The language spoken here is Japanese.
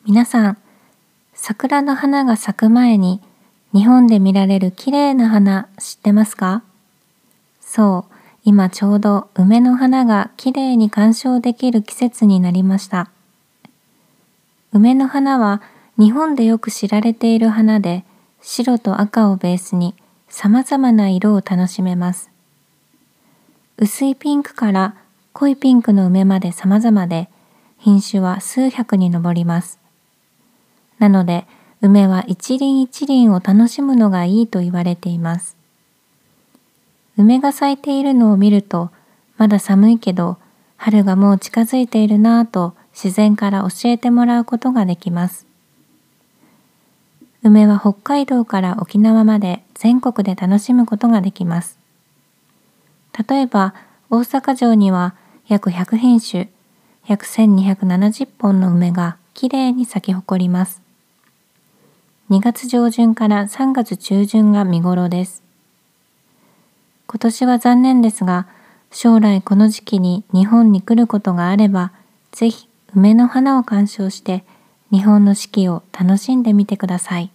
皆さん、桜の花が咲く前に日本で見られる綺麗な花知ってますか？そう、今ちょうど梅の花が綺麗に鑑賞できる季節になりました。梅の花は日本でよく知られている花で、白と赤をベースに様々な色を楽しめます。薄いピンクから濃いピンクの梅まで様々で、品種は数百に上ります。なので、梅は一輪一輪を楽しむのがいいと言われています。梅が咲いているのを見ると、まだ寒いけど、春がもう近づいているなぁと自然から教えてもらうことができます。梅は北海道から沖縄まで全国で楽しむことができます。例えば、大阪城には約100品種、約1270本の梅がきれいに咲き誇ります。2月上旬から3月中旬が見頃です。今年は残念ですが、将来この時期に日本に来ることがあれば、ぜひ梅の花を鑑賞して日本の四季を楽しんでみてください。